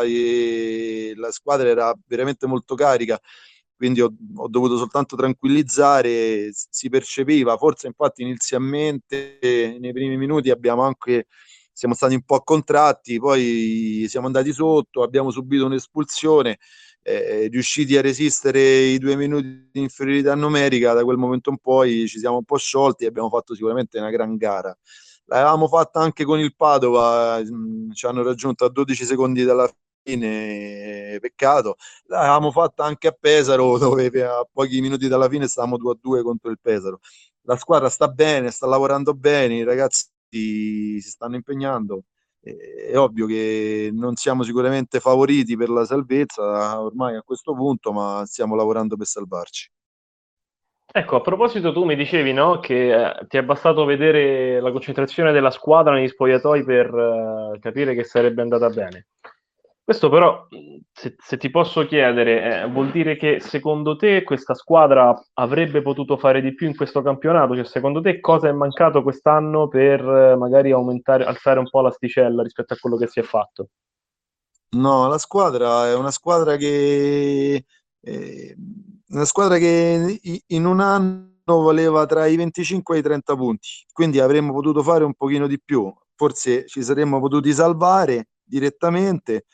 e la squadra era veramente molto carica, quindi ho, ho dovuto soltanto tranquillizzare, si percepiva, forse infatti inizialmente nei primi minuti abbiamo anche, siamo stati un po' contratti, poi siamo andati sotto, abbiamo subito un'espulsione, eh, riusciti a resistere i due minuti di inferiorità numerica, da quel momento in poi ci siamo un po' sciolti e abbiamo fatto sicuramente una gran gara. L'avevamo fatta anche con il Padova, mh, ci hanno raggiunto a dodici secondi dalla fine, peccato. L'avevamo fatta anche a Pesaro, dove a pochi minuti dalla fine stavamo due a due contro il Pesaro. La squadra sta bene, sta lavorando bene, i ragazzi si stanno impegnando. È ovvio che non siamo sicuramente favoriti per la salvezza ormai a questo punto, ma stiamo lavorando per salvarci. Ecco, a proposito, tu mi dicevi, no, che eh, ti è bastato vedere la concentrazione della squadra negli spogliatoi per eh, capire che sarebbe andata bene. Questo però, mh, se, se ti posso chiedere, eh, vuol dire che secondo te questa squadra avrebbe potuto fare di più in questo campionato? Cioè, secondo te cosa è mancato quest'anno per eh, magari aumentare, alzare un po' l'asticella rispetto a quello che si è fatto? No, la squadra è una squadra che eh, una squadra che i- in un anno valeva tra i venticinque e i trenta punti, quindi avremmo potuto fare un pochino di più. Forse ci saremmo potuti salvare direttamente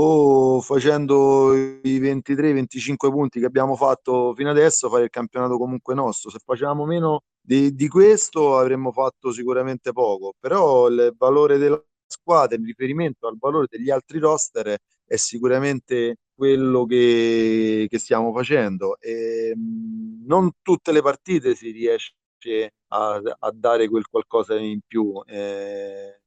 o facendo i ventitré venticinque punti che abbiamo fatto fino adesso, fare il campionato comunque nostro. Se facevamo meno di, di questo avremmo fatto sicuramente poco, però il valore della squadra in riferimento al valore degli altri roster è sicuramente quello che, che stiamo facendo. E, mh, non tutte le partite si riesce a, a dare quel qualcosa in più. Eh,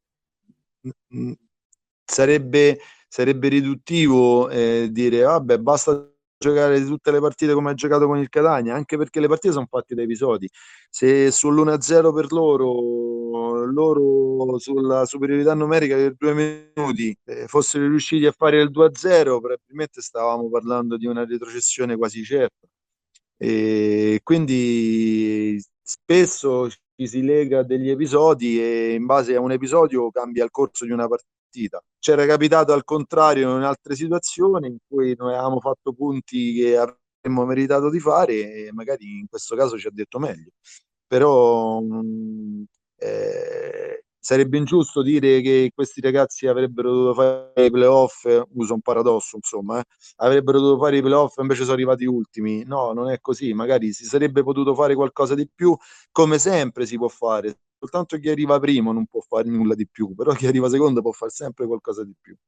mh, sarebbe, sarebbe riduttivo eh, dire vabbè, basta giocare tutte le partite come ha giocato con il Catania, anche perché le partite sono fatte da episodi. Se sull'uno a zero per loro, loro sulla superiorità numerica per due minuti eh, fossero riusciti a fare il due a zero, probabilmente stavamo parlando di una retrocessione quasi certa. E quindi spesso ci si lega a degli episodi e in base a un episodio cambia il corso di una partita. C'era capitato al contrario in altre situazioni in cui noi avevamo fatto punti che avremmo meritato di fare e magari in questo caso ci ha detto meglio. Però mh, eh, sarebbe ingiusto dire che questi ragazzi avrebbero dovuto fare i playoff, uso un paradosso, insomma, eh, avrebbero dovuto fare i playoff e invece sono arrivati ultimi. No, non è così, magari si sarebbe potuto fare qualcosa di più, come sempre si può fare. Soltanto chi arriva primo non può fare nulla di più, però chi arriva secondo può fare sempre qualcosa di più.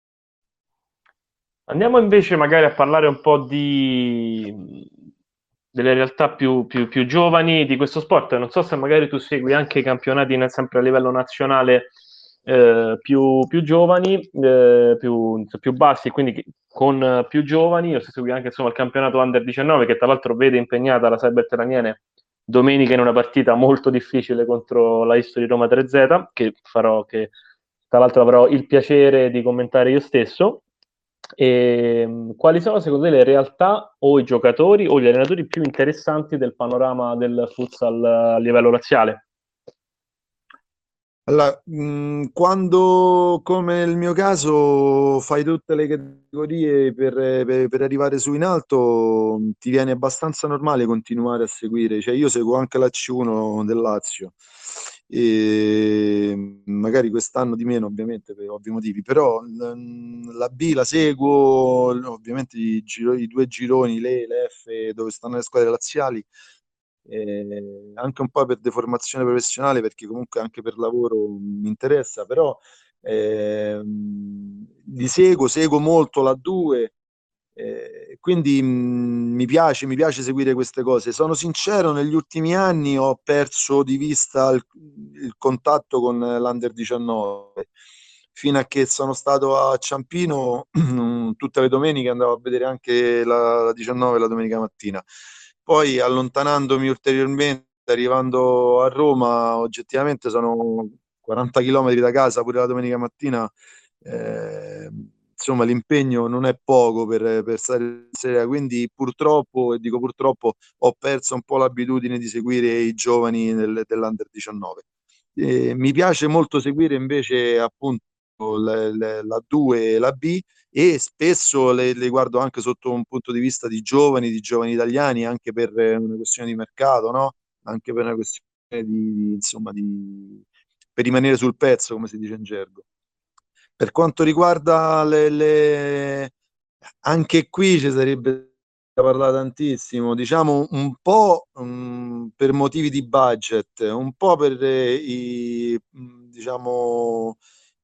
Andiamo invece magari a parlare un po' di delle realtà più, più, più giovani di questo sport. Non so se magari tu segui anche i campionati nel, sempre a livello nazionale eh, più, più giovani, eh, più, più bassi, quindi con più giovani. Io segui anche insomma il campionato Under diciannove, che tra l'altro vede impegnata la Cyber Terraniene domenica in una partita molto difficile contro la History Roma tre Z, che farò, che tra l'altro avrò il piacere di commentare io stesso. E, quali sono secondo te le realtà o i giocatori o gli allenatori più interessanti del panorama del futsal a livello laziale? Allora, mh, quando, come nel mio caso, fai tutte le categorie per, per- per arrivare su in alto, mh, ti viene abbastanza normale continuare a seguire. Cioè, io seguo anche la C uno del Lazio, e mh, magari quest'anno di meno, ovviamente, per ovvi motivi, però mh, la B la seguo, ovviamente i, giro- i due gironi, l'E e l'F, dove stanno le squadre laziali eh, anche un po' per deformazione professionale, perché comunque anche per lavoro mi interessa, però ehm, li seguo, seguo molto la due, eh, quindi mh, mi piace, mi piace seguire queste cose. Sono sincero, negli ultimi anni ho perso di vista il, il contatto con l'Under diciannove. Fino a che sono stato a Ciampino, tutte le domeniche andavo a vedere anche la, la diciannove la domenica mattina. Poi allontanandomi ulteriormente, arrivando a Roma, oggettivamente sono quaranta chilometri da casa, pure la domenica mattina, eh, insomma l'impegno non è poco per, per stare in sera, quindi purtroppo, e dico purtroppo, ho perso un po' l'abitudine di seguire i giovani del, dell'Under diciannove. Eh, mi piace molto seguire invece appunto la, la, la due e la B, e spesso le, le guardo anche sotto un punto di vista di giovani, di giovani italiani, anche per una questione di mercato, no? Anche per una questione di, insomma, di, per rimanere sul pezzo, come si dice in gergo. Per quanto riguarda le, le... anche qui ci sarebbe da parlare tantissimo, diciamo un po' um, per motivi di budget, un po' per eh, i, diciamo,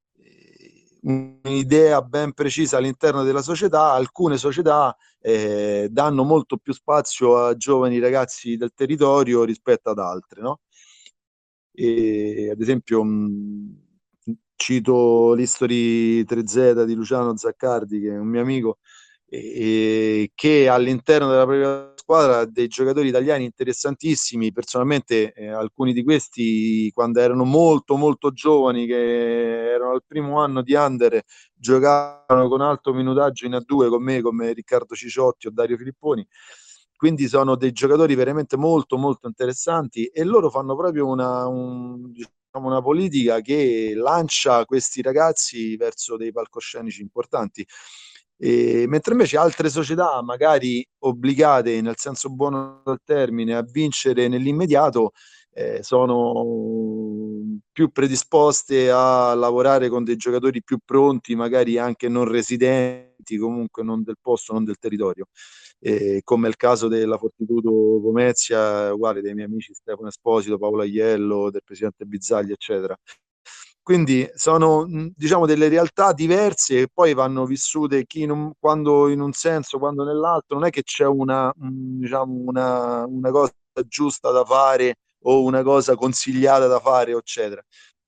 un'idea ben precisa all'interno della società. Alcune società eh, danno molto più spazio a giovani ragazzi del territorio rispetto ad altre, no? E, ad esempio, mh, cito l'History tre Z di Luciano Zaccardi, che è un mio amico, e, che all'interno della propria squadra ha dei giocatori italiani interessantissimi. Personalmente, eh, alcuni di questi, quando erano molto molto giovani, che erano al primo anno di Under, giocavano con alto minutaggio in A due con me, come Riccardo Ciciotti o Dario Filipponi. Quindi sono dei giocatori veramente molto molto interessanti, e loro fanno proprio una, un, diciamo, una politica che lancia questi ragazzi verso dei palcoscenici importanti. E, mentre invece altre società, magari obbligate nel senso buono del termine a vincere nell'immediato, eh, sono più predisposte a lavorare con dei giocatori più pronti, magari anche non residenti, comunque non del posto, non del territorio. Eh, come il caso della Fortitudo Pomezia, uguale dei miei amici Stefano Esposito, Paolo Aiello, del presidente Bizzagli, eccetera. Quindi sono, diciamo, delle realtà diverse e poi vanno vissute chi in un, quando in un senso, quando nell'altro. Non è che c'è una, diciamo, una, una cosa giusta da fare o una cosa consigliata da fare, eccetera.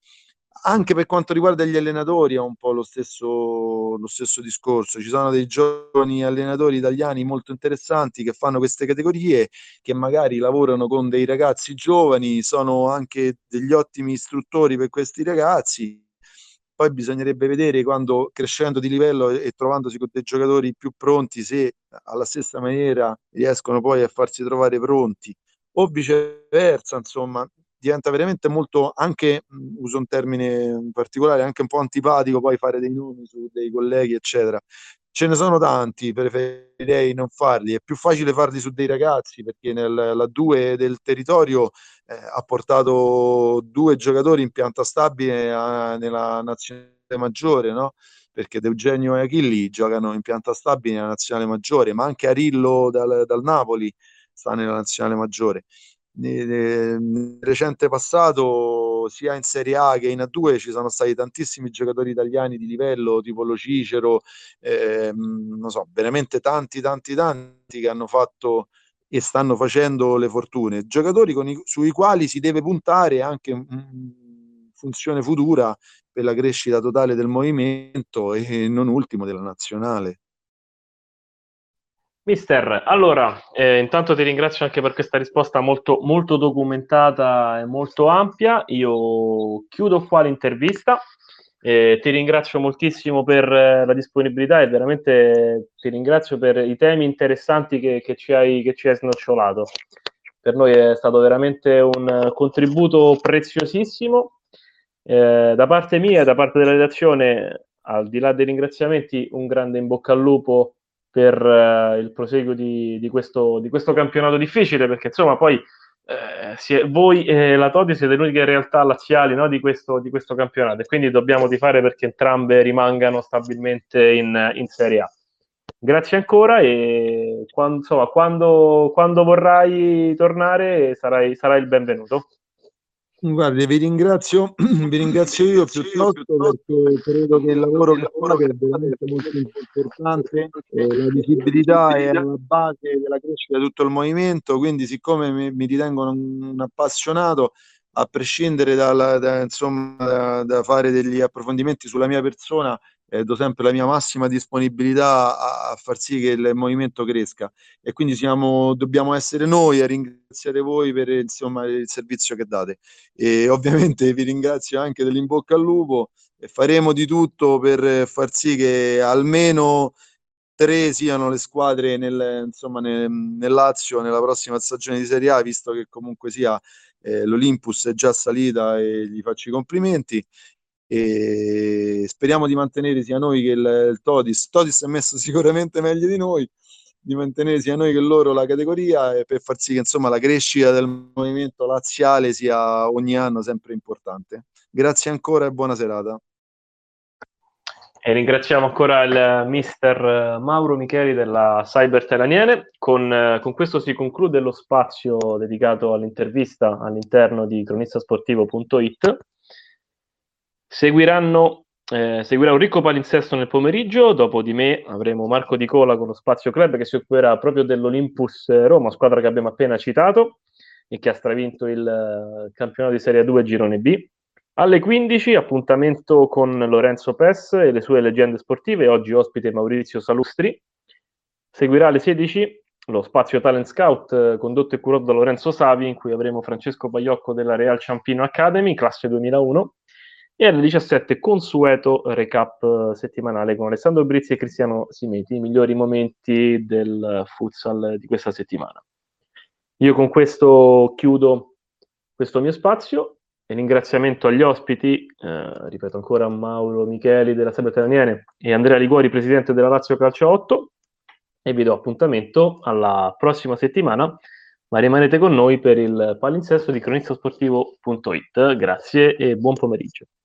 Anche per quanto riguarda gli allenatori è un po' lo stesso, lo stesso discorso. Ci sono dei giovani allenatori italiani molto interessanti che fanno queste categorie, che magari lavorano con dei ragazzi giovani, sono anche degli ottimi istruttori per questi ragazzi. Poi bisognerebbe vedere, quando crescendo di livello e trovandosi con dei giocatori più pronti, se alla stessa maniera riescono poi a farsi trovare pronti o viceversa. Insomma, diventa veramente molto, anche, mh, uso un termine particolare, anche un po' antipatico poi fare dei nomi su dei colleghi, eccetera. Ce ne sono tanti, preferirei non farli. È più facile farli su dei ragazzi, perché nel, la due del territorio eh, ha portato due giocatori in pianta stabile a, nella nazionale maggiore, no? Perché De Eugenio e Achilli giocano in pianta stabile nella nazionale maggiore, ma anche Arillo dal, dal Napoli sta nella nazionale maggiore. Nel recente passato, sia in Serie A che in A due, ci sono stati tantissimi giocatori italiani di livello, tipo Lo Cicero, ehm, non so, veramente tanti, tanti, tanti che hanno fatto e stanno facendo le fortune. Giocatori con i, sui quali si deve puntare anche in funzione futura per la crescita totale del movimento e non ultimo della nazionale. Mister, allora, eh, intanto ti ringrazio anche per questa risposta molto, molto documentata e molto ampia. Io chiudo qua l'intervista. Eh, ti ringrazio moltissimo per eh, la disponibilità e veramente ti ringrazio per i temi interessanti che, che, ci hai, che ci hai snocciolato. Per noi è stato veramente un contributo preziosissimo. Eh, da parte mia e da parte della redazione, al di là dei ringraziamenti, un grande in bocca al lupo per eh, il proseguo di, di, questo, di questo campionato difficile, perché insomma poi eh, si è, voi e la Todi siete le uniche realtà laziali, no, di, questo, di questo campionato, e quindi dobbiamo tifare perché entrambe rimangano stabilmente in, in Serie A. Grazie ancora e quando, insomma, quando, quando vorrai tornare sarai, sarai il benvenuto. Guardi, vi ringrazio, vi ringrazio io piuttosto, perché credo che il lavoro che fate è veramente molto importante, eh, la visibilità è alla base della crescita di tutto il movimento, quindi siccome mi, mi ritengo un, un appassionato, a prescindere dalla, da, insomma, da, da fare degli approfondimenti sulla mia persona, eh, do sempre la mia massima disponibilità a, a far sì che il movimento cresca, e quindi siamo, dobbiamo essere noi a ringraziare voi per, insomma, il servizio che date. E ovviamente vi ringrazio anche dell'in bocca al lupo, e faremo di tutto per far sì che almeno tre siano le squadre nel, insomma, nel, nel Lazio nella prossima stagione di Serie A, visto che comunque sia eh, l'Olympus è già salita e gli faccio i complimenti, e speriamo di mantenere sia noi che il, il Todis. Todis è messo sicuramente meglio di noi, di mantenere sia noi che loro la categoria, e per far sì che, insomma, la crescita del movimento laziale sia ogni anno sempre importante. Grazie ancora e buona serata. E ringraziamo ancora il mister Mauro Micheli della Cyber Telaniene. Con, con questo si conclude lo spazio dedicato all'intervista all'interno di cronistasportivo punto it. Seguiranno, eh, seguirà un ricco palinsesto nel pomeriggio, dopo di me avremo Marco Di Cola con lo Spazio Club, che si occuperà proprio dell'Olympus Roma, squadra che abbiamo appena citato e che ha stravinto il uh, campionato di Serie due Girone B. Alle quindici appuntamento con Lorenzo Pes e le sue leggende sportive, oggi ospite Maurizio Salustri. Seguirà alle sedici lo Spazio Talent Scout eh, condotto e curato da Lorenzo Savi, in cui avremo Francesco Baiocco della Real Ciampino Academy, classe duemilauno, e alle diciassette consueto recap settimanale con Alessandro Brizzi e Cristiano Simeti, i migliori momenti del futsal di questa settimana. Io con questo chiudo questo mio spazio, e ringraziamento agli ospiti, eh, ripeto ancora, Mauro Micheli della Cyber Telaniene e Andrea Liguori, presidente della Lazio Calcio otto, e vi do appuntamento alla prossima settimana, ma rimanete con noi per il palinsesto di cronistasportivo punto it. Grazie e buon pomeriggio.